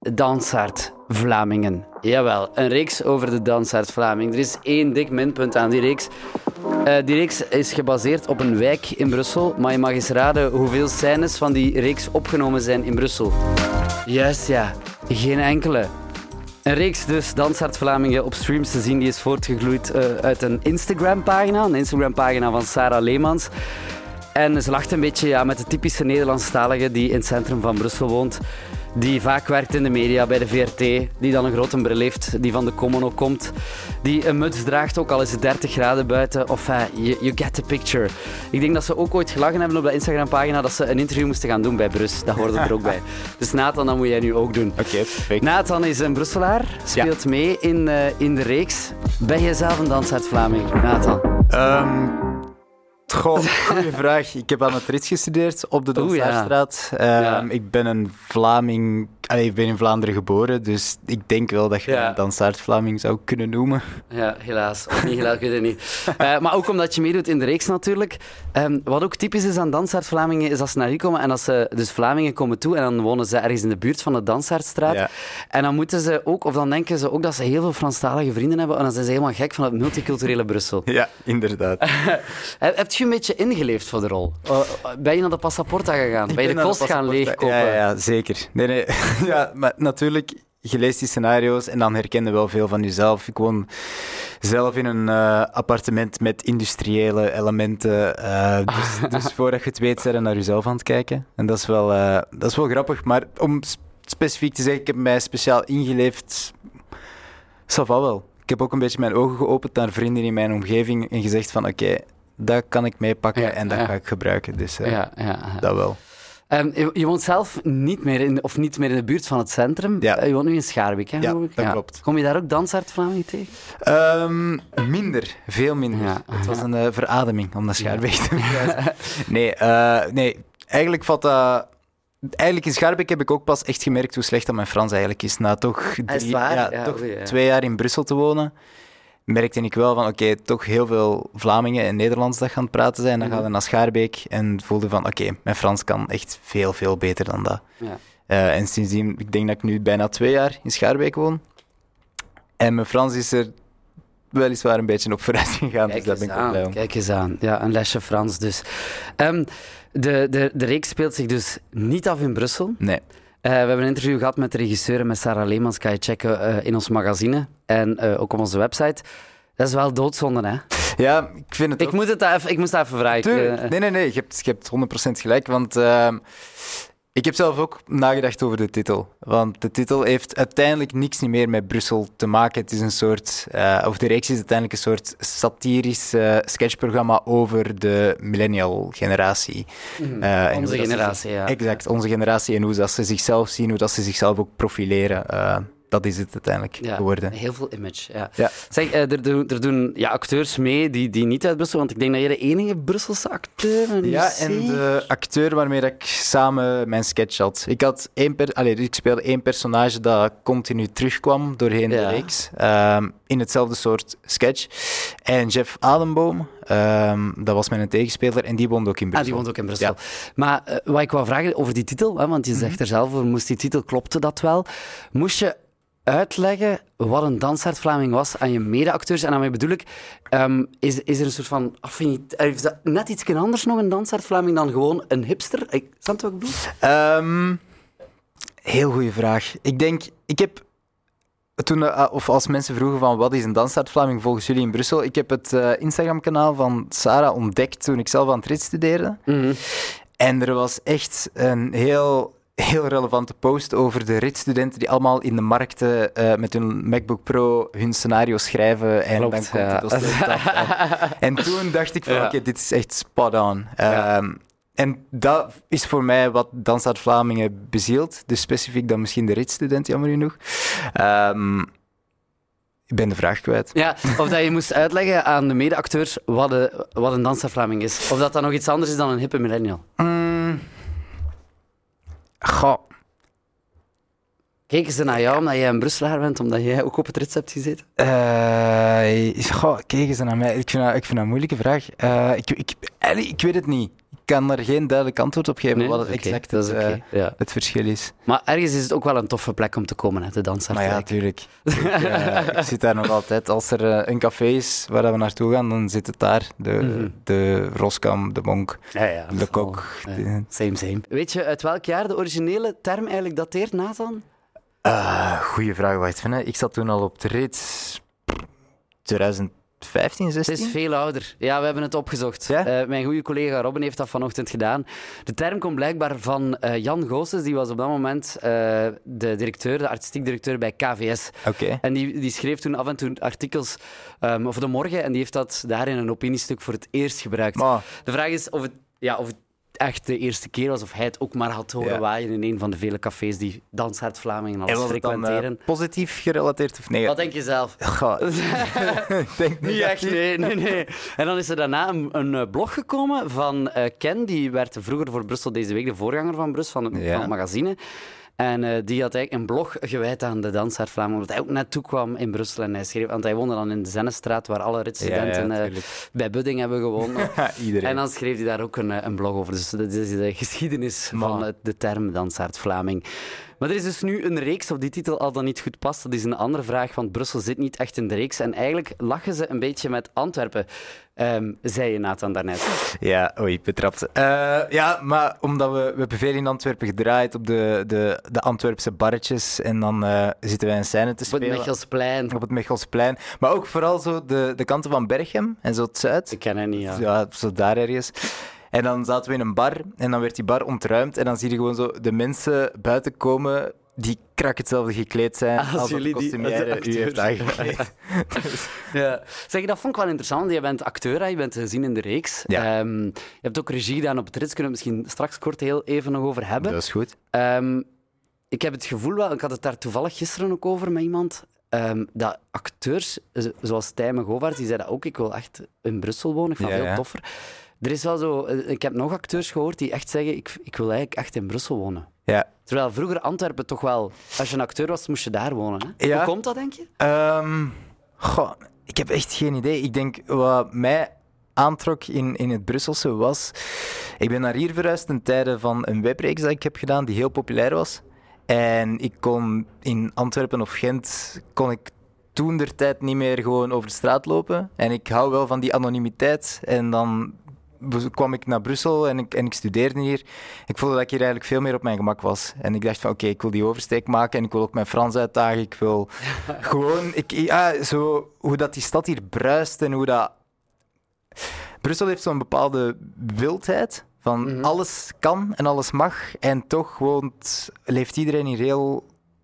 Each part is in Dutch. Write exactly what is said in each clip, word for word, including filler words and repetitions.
Dansaard Vlamingen. Jawel, een reeks over de Dansaard Vlamingen. Er is één dik minpunt aan die reeks. Uh, die reeks is gebaseerd op een wijk in Brussel, maar je mag eens raden hoeveel scènes van die reeks opgenomen zijn in Brussel. Juist, ja. Geen enkele. Een reeks dus, Dansaard Vlamingen, op streams te zien. Die is voortgegloeid uh, uit een Instagram-pagina. Een Instagram-pagina van Sarah Leemans. En ze lacht een beetje ja, met de typische Nederlandstalige die in het centrum van Brussel woont. Die vaak werkt in de media, bij de V R T. Die dan een grote bril heeft, die van de Commono komt. Die een muts draagt, ook al is het dertig graden buiten. Of uh, you, you get the picture. Ik denk dat ze ook ooit gelachen hebben op de Instagram-pagina dat ze een interview moesten gaan doen bij Brus. Dat hoorde er ook bij. Dus Nathan, dat moet jij nu ook doen. Oké, okay, perfect. Nathan is een Brusselaar, speelt ja. mee in, uh, in de reeks. Ben jij zelf een Dansaard Vlaming, Nathan? Um... Goh, goeie vraag. Ik heb aan het Rits gestudeerd op de Dansaardstraat. Ja. Um, ja. Ik ben een Vlaming... Allee, ik ben in Vlaanderen geboren, dus ik denk wel dat je ja. een Dansaard-Vlaming zou kunnen noemen. Ja, helaas. Of niet, helaas, ik weet het niet. Uh, maar ook omdat je meedoet in de reeks natuurlijk. Um, wat ook typisch is aan Dansaard-Vlamingen, is als ze naar hier komen en als ze... Dus Vlamingen komen toe en dan wonen ze ergens in de buurt van de Dansaardstraat. Ja. En dan moeten ze ook... Of dan denken ze ook dat ze heel veel Franstalige vrienden hebben en dan zijn ze helemaal gek van het multiculturele Brussel. Ja, inderdaad. Heb je een beetje ingeleefd voor de rol? Uh, ben je naar de Passaporta gegaan? Ik ben je de kost gaan leegkopen? Ja, ja, zeker. Nee, nee. Ja, maar natuurlijk, je leest die scenario's en dan herken je wel veel van jezelf. Ik woon zelf in een uh, appartement met industriële elementen. Uh, dus, dus voordat je het weet, zijn je naar jezelf aan het kijken. En dat is wel, uh, dat is wel grappig. Maar om specifiek te zeggen, ik heb mij speciaal ingeleefd. Ça va wel. Ik heb ook een beetje mijn ogen geopend naar vrienden in mijn omgeving en gezegd van oké, okay, dat kan ik meepakken ja, en dat ja. ga ik gebruiken. Dus uh, ja, ja, ja. dat wel. Um, je, je woont zelf niet meer, in, of niet meer in de buurt van het centrum. Ja. Uh, je woont nu in Schaarbeek, hè? Ja, ik. dat ja. klopt. Kom je daar ook Dansaard-Vlamingen tegen? Um, minder, veel minder. Ja. Het was een uh, verademing om naar Schaarbeek ja. te gaan. Nee, uh, nee, eigenlijk valt dat... Eigenlijk in Schaarbeek heb ik ook pas echt gemerkt hoe slecht dat mijn Frans eigenlijk is. Na toch, drie, ja, ja, toch okay, ja. twee jaar in Brussel te wonen, merkte ik wel van oké, okay, toch heel veel Vlamingen en Nederlands dat gaan praten zijn. Dan mm-hmm. gaan we naar Schaarbeek en voelde van oké, okay, mijn Frans kan echt veel, veel beter dan dat. Ja. Uh, en sindsdien, ik denk dat ik nu bijna twee jaar in Schaarbeek woon. En mijn Frans is er weliswaar een beetje op vooruit gegaan, kijk dus daar ben ik ook blij om. Kijk eens aan, ja, een lesje Frans dus. Um, de, de, de reeks speelt zich dus niet af in Brussel. Nee. Uh, we hebben een interview gehad met de regisseur en met Sarah Leemans, kan je checken uh, in ons magazine en uh, ook op onze website. Dat is wel doodzonde, hè? Ja, ik vind het ik ook... Moet het even, ik moest dat even vragen. Tuurlijk. Nee, nee, nee, je hebt, je hebt honderd procent gelijk, want... Uh, ik heb zelf ook nagedacht over de titel. Want de titel heeft uiteindelijk niks meer met Brussel te maken. Het is een soort... Uh, of de reeks is uiteindelijk een soort satirisch uh, sketchprogramma over de millennial-generatie. Mm, uh, onze generatie, ze, ja. Exact, onze generatie en hoe dat ze zichzelf zien, hoe dat ze zichzelf ook profileren. Uh, dat is het uiteindelijk ja, geworden. Heel veel image, ja. ja. Zeg, uh, er, doen, er doen ja, acteurs mee die, die niet uit Brussel... Want ik denk dat jij de enige Brusselse acteur bent. Ja, en de acteur waarmee ik samen mijn sketch had. Ik, had één per, allez, ik speelde één personage dat continu terugkwam doorheen ja. de reeks. Um, in hetzelfde soort sketch. En Jeff Ademboom, um, dat was mijn tegenspeler, en die woonde ook in Brussel. Ah, die woonde ook in Brussel. Ja. Maar uh, wat ik wou vragen over die titel, hè, want je zegt mm-hmm. er zelf over, moest die titel, klopte dat wel? Moest je uitleggen wat een Dansaard-Vlaming was aan je mede-acteurs? En daarmee bedoel ik, um, is, is er een soort van... Affiniteit, is dat net iets anders nog, een Dansaard-Vlaming, dan gewoon een hipster? Ik, snap je wat ik bedoel? Um, heel goede vraag. Ik denk, ik heb... Toen, uh, of als mensen vroegen van wat is een Dansaard-Vlaming volgens jullie in Brussel, ik heb het uh, Instagram-kanaal van Sarah ontdekt toen ik zelf aan het Rits studeerde. Mm-hmm. En er was echt een heel... heel relevante post over de Rits-studenten die allemaal in de markten uh, met hun MacBook Pro hun scenario schrijven en Klopt, dan komt ja. het als en, en toen dacht ik van, ja. oké, okay, dit is echt spot on. Ja. Um, en dat is voor mij wat Dansaard-Vlamingen bezielt. Dus specifiek dan misschien de Rits-student, jammer genoeg. Um, ik ben de vraag kwijt. Ja, of dat je moest uitleggen aan de mede-acteurs wat, de, wat een Dansaard-Vlaming is. Of dat dat nog iets anders is dan een hippe millennial. Mm. Goh. Keken ze naar jou omdat jij een Brusselaar bent, omdat jij ook op het Rits hebt gezeten? Uh, goh, keken ze naar mij? Ik vind dat, ik vind dat een moeilijke vraag. Uh, ik, ik, ik weet het niet. kan er geen duidelijk antwoord op geven Nee, wat het oké, exact dat is het, eh, oké, ja. het verschil is. Maar ergens is het ook wel een toffe plek om te komen, hè, de Dansaard. Maar ja, tuurlijk. ik, uh, ik zit daar nog altijd. Als er uh, een café is waar we naartoe gaan, dan zit het daar. De, Mhm. de Roskam, de Monk, Ja, ja, de Kok. ja. de- Same, same. Weet je uit welk jaar de originele term eigenlijk dateert, Nathan? Uh, goeie vraag, wacht even. Hè. Ik zat toen al op de reeds twintig vijftien, Het zestien. is veel ouder. Ja, we hebben het opgezocht. Ja? Eh, mijn goede collega Robin heeft dat vanochtend gedaan. De term komt blijkbaar van eh, Jan Goossens. Die was op dat moment eh, de directeur, de artistiek directeur bij K V S. Oké. En die, die schreef toen af en toe artikels um, over de morgen. En die heeft dat daar in een opiniestuk voor het eerst gebruikt. Maar De vraag is of het, ja, of het echt de eerste keer was, of hij het ook maar had horen Ja. waaien in een van de vele cafés die Dansaard Vlamingen en alles was het dan frequenteren. uh, positief gerelateerd of negatief? Wat denk je zelf? Goh, ik denk Niet echt, negatief. nee, nee, nee. En dan is er daarna een, een eh, blog gekomen van eh, Ken, die werd vroeger voor Brussel Deze Week de voorganger van Brus, van het, Ja. van het magazine. En uh, die had eigenlijk een blog gewijd aan de Dansaard Vlamingen, omdat hij ook net toekwam in Brussel. En hij schreef, want hij woonde dan in de Zennestraat, waar alle ritstudenten Ja, ja, uh, bij Budding hebben gewoond. Iedereen. En dan schreef hij daar ook een, een blog over. Dus dat is de geschiedenis Maar. van het, de term Dansaard Vlaming. Maar er is dus nu een reeks, of die titel al dan niet goed past. Dat is een andere vraag, want Brussel zit niet echt in de reeks. En eigenlijk lachen ze een beetje met Antwerpen, um, zei je Nathan daarnet. Ja, oei, betrapt. Uh, ja, maar omdat we, we hebben veel in Antwerpen gedraaid op de, de, de Antwerpse barretjes. En dan uh, zitten wij een scène te Op het spelen. Mechelsplein. Op het Mechelsplein. Maar ook vooral zo de, de kanten van Berchem en zo het zuid. Ik ken hem niet, ja. Ja, zo daar ergens. En dan zaten we in een bar en dan werd die bar ontruimd. En dan zie je gewoon zo de mensen buiten komen die krak hetzelfde gekleed zijn Als als, jullie de die- kostumière als de u heeft acteur. aangekleed. Dus, Ja. Zeg, dat vond ik wel interessant. want Je bent acteur, hè. Je bent gezien in de reeks. Ja. Um, je hebt ook regie gedaan op het Rits. Kunnen we het misschien straks kort heel even nog over hebben. dat is goed. Um, ik heb het gevoel wel, ik had het daar toevallig gisteren ook over met iemand, um, dat acteurs, z- zoals Tijmen Govaert, die zei dat ook, ik wil echt in Brussel wonen, ik vind dat Ja, veel ja. toffer. Er is wel zo, ik heb nog acteurs gehoord die echt zeggen, ik, ik wil eigenlijk echt in Brussel wonen. Ja. Terwijl vroeger Antwerpen toch wel, als je een acteur was, moest je daar wonen. Hè? Ja. Hoe komt dat, denk je? Um, goh, ik heb echt geen idee. Ik denk, wat mij aantrok in, in het Brusselse was... Ik ben naar hier verhuisd ten tijde van een webreeks dat ik heb gedaan, die heel populair was. En ik kon in Antwerpen of Gent... kon ik toen der tijd niet meer gewoon over de straat lopen. En ik hou wel van die anonimiteit. En dan kwam ik naar Brussel en ik, en ik studeerde hier. Ik voelde dat ik hier eigenlijk veel meer op mijn gemak was. En ik dacht van, oké, okay, ik wil die oversteek maken en ik wil ook mijn Frans uitdagen. Ik wil gewoon... Ik, ja, zo, hoe dat die stad hier bruist en hoe dat... Brussel heeft zo'n bepaalde wildheid. Van Mhm. alles kan en alles mag. En toch woont, leeft iedereen hier heel...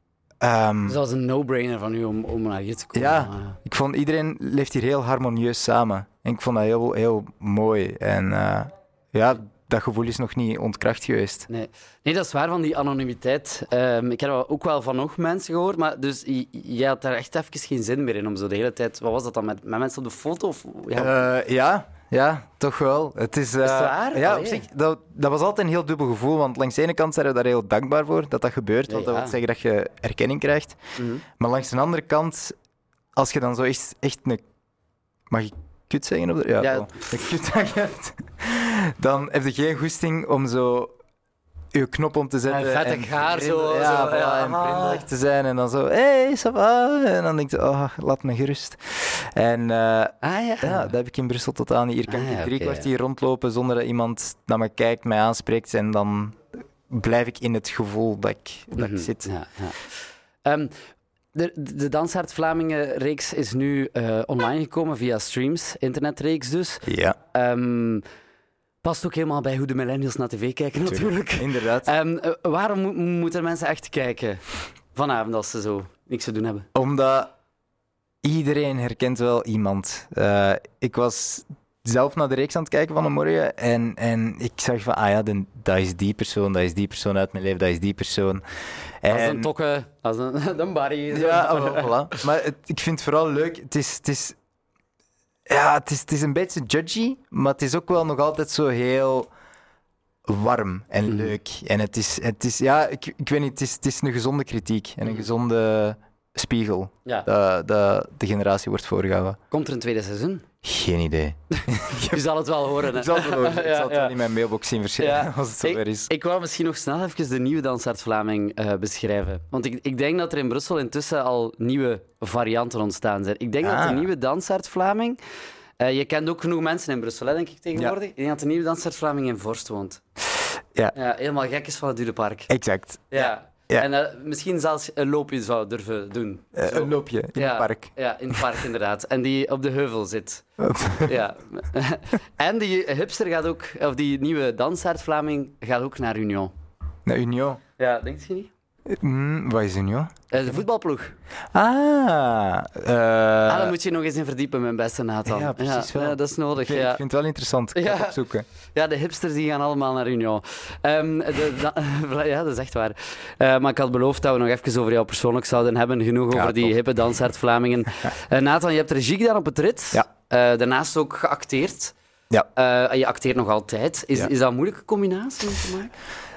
Um, Dat was een no-brainer van u om, om naar hier te komen. Ja. Maar, ik vond iedereen leeft hier heel harmonieus samen. En ik vond dat heel, heel mooi. En uh, ja, dat gevoel is nog niet ontkracht geweest. Nee. nee, dat is waar, van die anonimiteit. Um, ik heb er ook wel van nog mensen gehoord, maar dus j- jij had daar echt even geen zin meer in om zo de hele tijd... Wat was dat dan, met, met mensen op de foto? Of, ja. Uh, ja, ja, toch wel. Het is, uh, Is het waar? Ja, Allee. op zich, dat, dat was altijd een heel dubbel gevoel. Want langs de ene kant zijn we daar heel dankbaar voor dat dat gebeurt. Want Ja, dat ja. wil zeggen dat je erkenning krijgt. Mm-hmm. Maar langs de andere kant, als je dan zo echt, echt een... Mag ik kut zeggen? Op de... Ja, Ja. wel. Een kutdag hebt, dan heb je geen goesting om zo je knop om te zetten. En vettig haar vriend- zo, Ja, zo, voilà, ja. en vriendelijk te zijn. En dan zo, hé, hey, ça va? En dan denk je, oh, laat me gerust. En uh, Ah ja. ja, dat heb ik in Brussel totaal niet. Hier kan Ah, ik ja, drie oké, kwartier rondlopen zonder dat iemand naar me kijkt, mij aanspreekt. En dan blijf ik in het gevoel dat ik, dat Mhm, ik zit. Ja, ja. Um, de, de Dansaard Vlamingen-reeks is nu uh, online gekomen via streams, internetreeks dus. Ja, Um, past ook helemaal bij hoe de millennials naar tv kijken natuurlijk. inderdaad. Um, uh, waarom mo- moeten mensen echt kijken vanavond als ze zo niks te doen hebben? Omdat iedereen herkent wel iemand. Uh, ik was zelf naar de reeks aan het kijken van de morgen en, en ik zag van, ah ja, de, dat is die persoon, dat is die persoon uit mijn leven, dat is die persoon. Dat is En- een tokke, dat is een, een Barry. zo. Ja, ah, wel, voilà. Maar het, ik vind het vooral leuk. Het is, het is, ja, het is, het is een beetje judgy, maar het is ook wel nog altijd zo heel warm en Mhm. leuk. En het is, het is ja, ik, ik weet niet, het is, het is een gezonde kritiek en een Mhm. gezonde spiegel Ja. dat, dat de generatie wordt voorgehouden. Komt er een tweede seizoen? Geen idee. Je zal het wel horen. Hè? Ik zal het wel horen. Ik Ja, zal het ja. wel in mijn mailbox zien verschijnen Ja. als het zover is. Ik, ik wou misschien nog snel even de nieuwe Dansaert Vlaming uh, beschrijven. Want ik, ik denk dat er in Brussel intussen al nieuwe varianten ontstaan zijn. Ik denk Ah. dat de nieuwe Dansaert Vlaming... Uh, je kent ook genoeg mensen in Brussel, hè, denk ik, tegenwoordig. Ja. Ik denk dat de nieuwe Dansaert Vlaming in Vorst woont. Ja. Ja, helemaal gek is van het Dudepark. Exact. Ja. Ja. En uh, misschien zelfs een loopje zou durven doen. Uh, een loopje in ja, het park. Ja, in het park inderdaad. En die op de heuvel zit. Ja. En die hipster gaat ook, of die nieuwe Dansaert Vlaming gaat ook naar Union. Naar Union? Ja, denk je niet? Mm, wat is Union? Uh, de voetbalploeg. Ah. Uh... Ah, daar moet je nog eens in verdiepen, mijn beste Nathan. Ja, precies ja, wel. ja, dat is nodig. Ik, ja. ik vind het wel interessant. Ik ga Ja. het opzoeken. Ja, de hipsters die gaan allemaal naar Union. Um, de, da, ja, dat is echt waar. Uh, maar ik had beloofd dat we nog even over jou persoonlijk zouden hebben. Genoeg over Ja, die tof. hippe Dansaert Vlamingen. Uh, Nathan, je hebt regie gedaan op het rit. Ja. Uh, daarnaast ook geacteerd. Ja. Uh, en je acteert nog altijd. Is, Ja. is dat een moeilijke combinatie om te maken?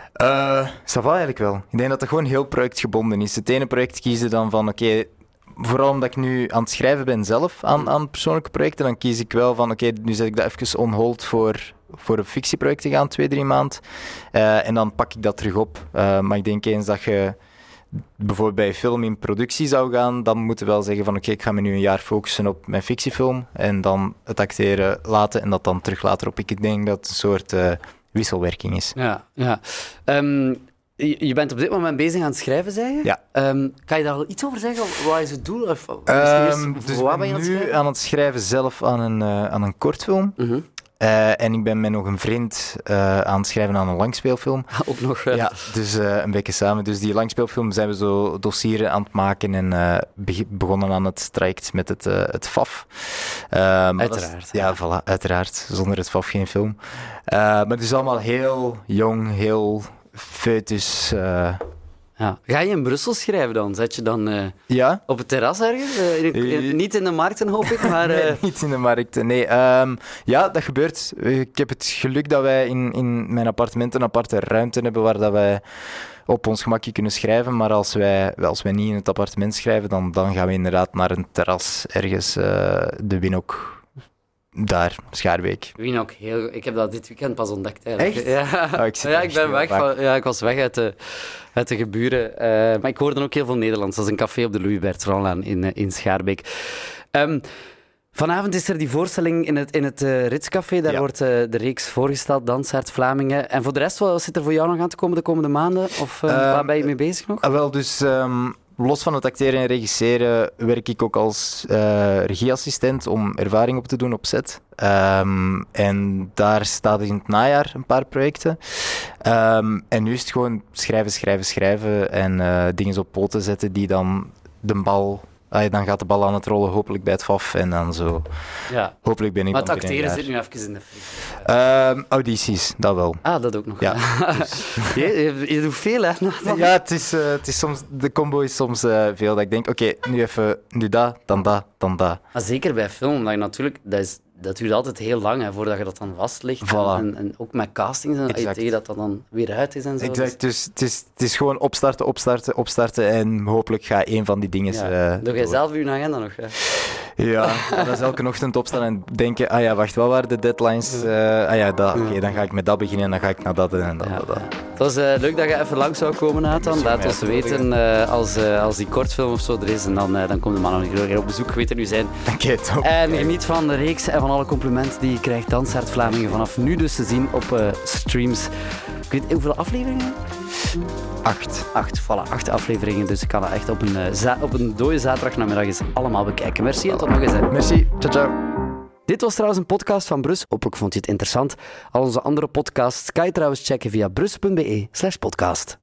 Uh, ça va eigenlijk wel. Ik denk dat het gewoon heel projectgebonden is. Het ene project kiezen dan van, oké, okay, vooral omdat ik nu aan het schrijven ben zelf aan, aan persoonlijke projecten, dan kies ik wel van, oké, okay, nu zet ik dat even on hold voor, voor een fictieproject te gaan, twee, drie maanden. Uh, en dan pak ik dat terug op. Uh, maar ik denk eens dat je bijvoorbeeld bij een film in productie zou gaan, dan moet je wel zeggen van, oké, okay, ik ga me nu een jaar focussen op mijn fictiefilm en dan het acteren laten en dat dan terug later op. Ik denk dat het een soort... Uh, wisselwerking is. Ja, ja. Um, je, je bent op dit moment bezig aan het schrijven, zei je? Ja. Um, kan je daar al iets over zeggen? Wat is het doel? Of, Um, eerst, dus waar ik ben je ben aan het nu schrijven? aan het schrijven zelf aan een, uh, aan een kortfilm. Uh-huh. Uh, en ik ben met nog een vriend uh, aan het schrijven aan een langspeelfilm. Ook nog. Uh... Ja, dus uh, een beetje samen. Dus die langspeelfilm zijn we zo dossieren aan het maken en uh, be- begonnen aan het traject met het, uh, het F A F. Uh, maar uiteraard. Is, ja, voilà, uiteraard. Zonder het F A F geen film. Uh, maar het is allemaal heel jong, heel foetus. Uh, Ja. Ga je in Brussel schrijven dan? Zet je dan uh, ja? op het terras ergens? Uh, in, in, niet in de markten, hoop ik, maar... Uh... Nee, niet in de markt. Nee, um, ja, dat gebeurt. Ik heb het geluk dat wij in, in mijn appartement een aparte ruimte hebben waar dat wij op ons gemakje kunnen schrijven. Maar als wij, als wij niet in het appartement schrijven, dan, dan gaan we inderdaad naar een terras ergens, uh, de Winook. Daar, Schaarbeek. Wien ook heel... Ik heb dat dit weekend pas ontdekt, eigenlijk. Echt? Ja, oh, ik, ja, ik ben weg. Van, ja, ik was weg uit de, uit de geburen. Uh, maar ik hoorde ook heel veel Nederlands. Dat is een café op de Louis Bertrandlaan in, uh, in Schaarbeek. Um, vanavond is er die voorstelling in het, in het uh, Ritscafé. Daar ja. wordt uh, de reeks voorgesteld, Dansaert Vlamingen. En voor de rest, wat zit er voor jou nog aan te komen de komende maanden? Of uh, um, waar ben je mee bezig nog? Uh, wel, dus... Um... Los van het acteren en regisseren werk ik ook als uh, regieassistent om ervaring op te doen op set. Um, en daar staat in het najaar een paar projecten. Um, en nu is het gewoon schrijven, schrijven, schrijven en uh, dingen op poten zetten die dan de bal... Ah, dan gaat de bal aan het rollen, hopelijk bij het F A F en dan zo. Ja. Hopelijk ben ik maar dan het acteren zit nu even in de frik. Um, audities, dat wel. Ah, dat ook nog. Ja. Dus. je, je, je doet veel, hè? Ja, het is, uh, het is soms, de combo is soms uh, veel dat ik denk, oké, okay, nu even, nu dat, dan dat, dan dat. Maar zeker bij film, dat je natuurlijk, dat, is, dat duurt altijd heel lang hè, voordat je dat dan vastlegt. Voilà. En, en, en ook met castings, en tegen dat dat dan weer uit is en zo. Exact, dus het is, het is gewoon opstarten, opstarten, opstarten en hopelijk gaat één van die dingen... Ja. Uh, Doe jij zelf je agenda nog? Hè? Ja, dat is elke ochtend opstaan en denken, ah ja, wacht, wat waren de deadlines? Uh, ah ja, oké, okay, dan ga ik met dat beginnen en dan ga ik naar dat en dan ja. dat. Het was uh, leuk dat je even langs zou komen, Nathan. Laat ons weten uh, als, uh, als die kortfilm of zo er is en dan, uh, dan komt de man nog een keer op bezoek, weet er nu zijn. Oké, okay, top. En geniet van de reeks en van alle complimenten die je krijgt. Dansaert Vlamingen vanaf nu dus te zien op uh, streams. Ik weet hoeveel afleveringen? Acht. Acht, voilà. Acht afleveringen. Dus ik kan dat echt op een, uh, za- op een dode zaterdagmiddag eens allemaal bekijken. Merci en tot nog eens. Hè. Merci. Ciao, ciao. Dit was trouwens een podcast van Brus. Hopelijk vond je het interessant. Al onze andere podcasts kan je trouwens checken via brus punt be slash podcast.